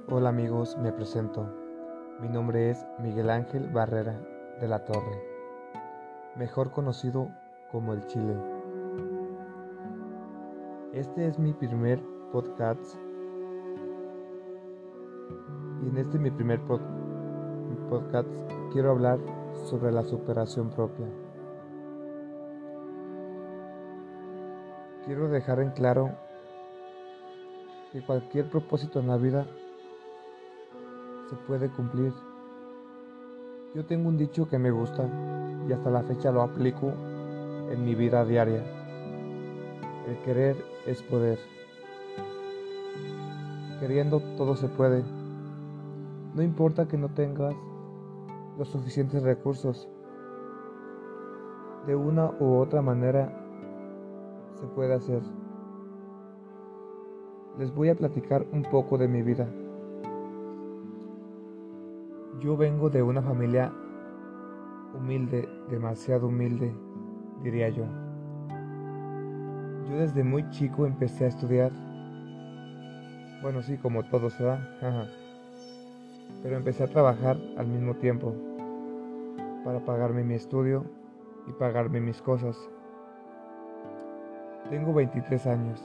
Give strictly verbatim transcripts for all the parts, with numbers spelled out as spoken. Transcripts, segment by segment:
Hola amigos, me presento. Mi nombre es Miguel Ángel Barrera de la Torre, mejor conocido como El Chile. Este es mi primer podcast y en este mi primer pod- podcast quiero hablar sobre la superación propia. Quiero dejar en claro que cualquier propósito en la vida se puede cumplir. Yo tengo un dicho que me gusta y hasta la fecha lo aplico en mi vida diaria. El querer es poder. Queriendo todo se puede. No importa que no tengas los suficientes recursos. De una u otra manera se puede hacer. Les voy a platicar un poco de mi vida. Yo vengo de una familia humilde, demasiado humilde, diría yo. Yo desde muy chico empecé a estudiar. Bueno, sí, como todos, ¿verdad? Ajá. Pero empecé a trabajar al mismo tiempo para pagarme mi estudio y pagarme mis cosas. Tengo veintitrés años.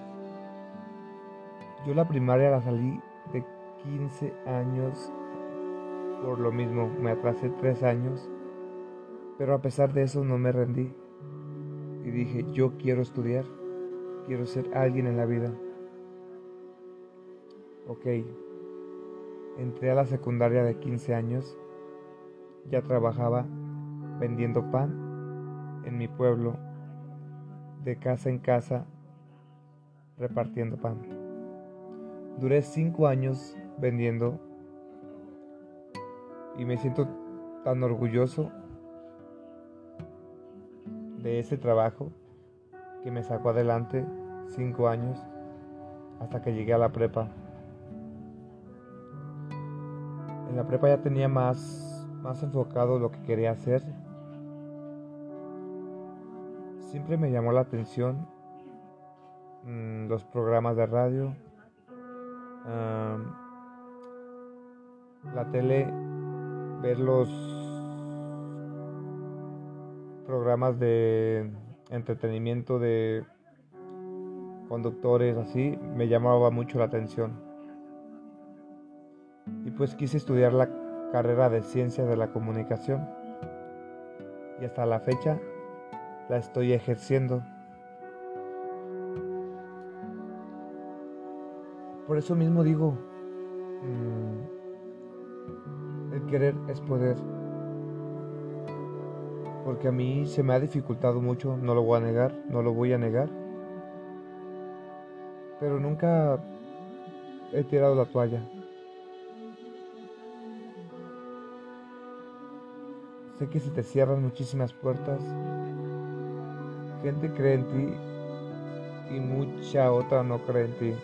Yo la primaria la salí de quince años. Por lo mismo, me atrasé tres años, pero a pesar de eso no me rendí. Y dije, yo quiero estudiar, quiero ser alguien en la vida. Ok, entré a la secundaria de quince años, ya trabajaba vendiendo pan en mi pueblo, de casa en casa, repartiendo pan. Duré cinco años vendiendo y me siento tan orgulloso de ese trabajo que me sacó adelante cinco años hasta que llegué a la prepa. En la prepa ya tenía más, más enfocado lo que quería hacer. Siempre me llamó la atención mmm, los programas de radio, um, la tele, ver los programas de entretenimiento de conductores, así, me llamaba mucho la atención. Y pues quise estudiar la carrera de Ciencias de la Comunicación. Y hasta la fecha la estoy ejerciendo. Por eso mismo digo, mmm, el querer es poder. Porque a mí se me ha dificultado mucho, no lo voy a negar, no lo voy a negar. Pero nunca he tirado la toalla. Sé que se te cierran muchísimas puertas. Gente cree en ti y mucha otra no cree en ti.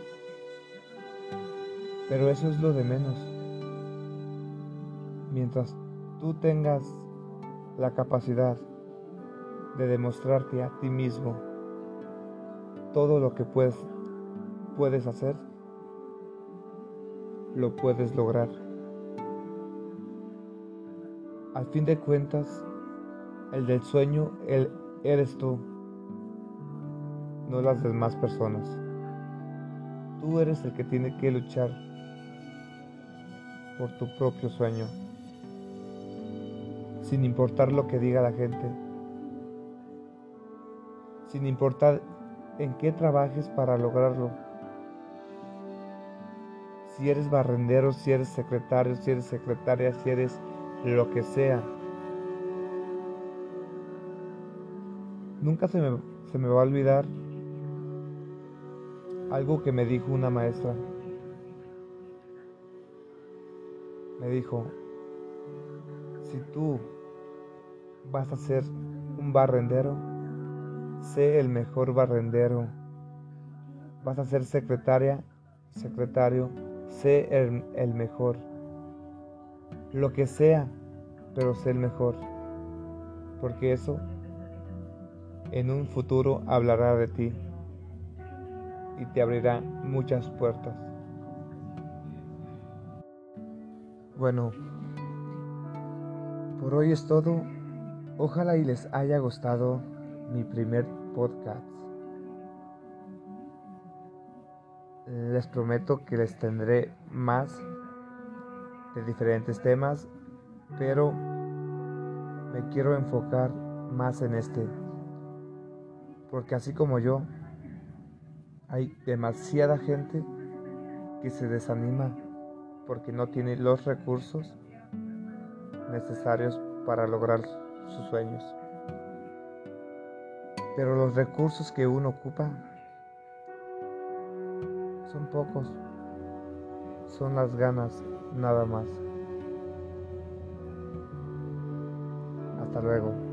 Pero eso es lo de menos. Mientras tú tengas la capacidad de demostrarte a ti mismo todo lo que puedes, puedes hacer, lo puedes lograr. Al fin de cuentas, el del sueño el, eres tú, no las demás personas. Tú eres el que tiene que luchar por tu propio sueño, sin importar lo que diga la gente, sin importar en qué trabajes para lograrlo. Si eres barrendero, si eres secretario, si eres secretaria, si eres lo que sea. Nunca se me, se me va a olvidar algo que me dijo una maestra. Me dijo, si tú vas a ser un barrendero, sé el mejor barrendero. Vas a ser secretaria, secretario, sé el, el mejor. Lo que sea, pero sé el mejor. Porque eso en un futuro hablará de ti y te abrirá muchas puertas. Bueno, por hoy es todo. Ojalá y les haya gustado mi primer podcast. Les prometo que les tendré más de diferentes temas, pero me quiero enfocar más en este, porque así como yo, hay demasiada gente que se desanima porque no tiene los recursos necesarios para lograr sus sueños. Pero los recursos que uno ocupa son pocos, son las ganas nada más. Hasta luego.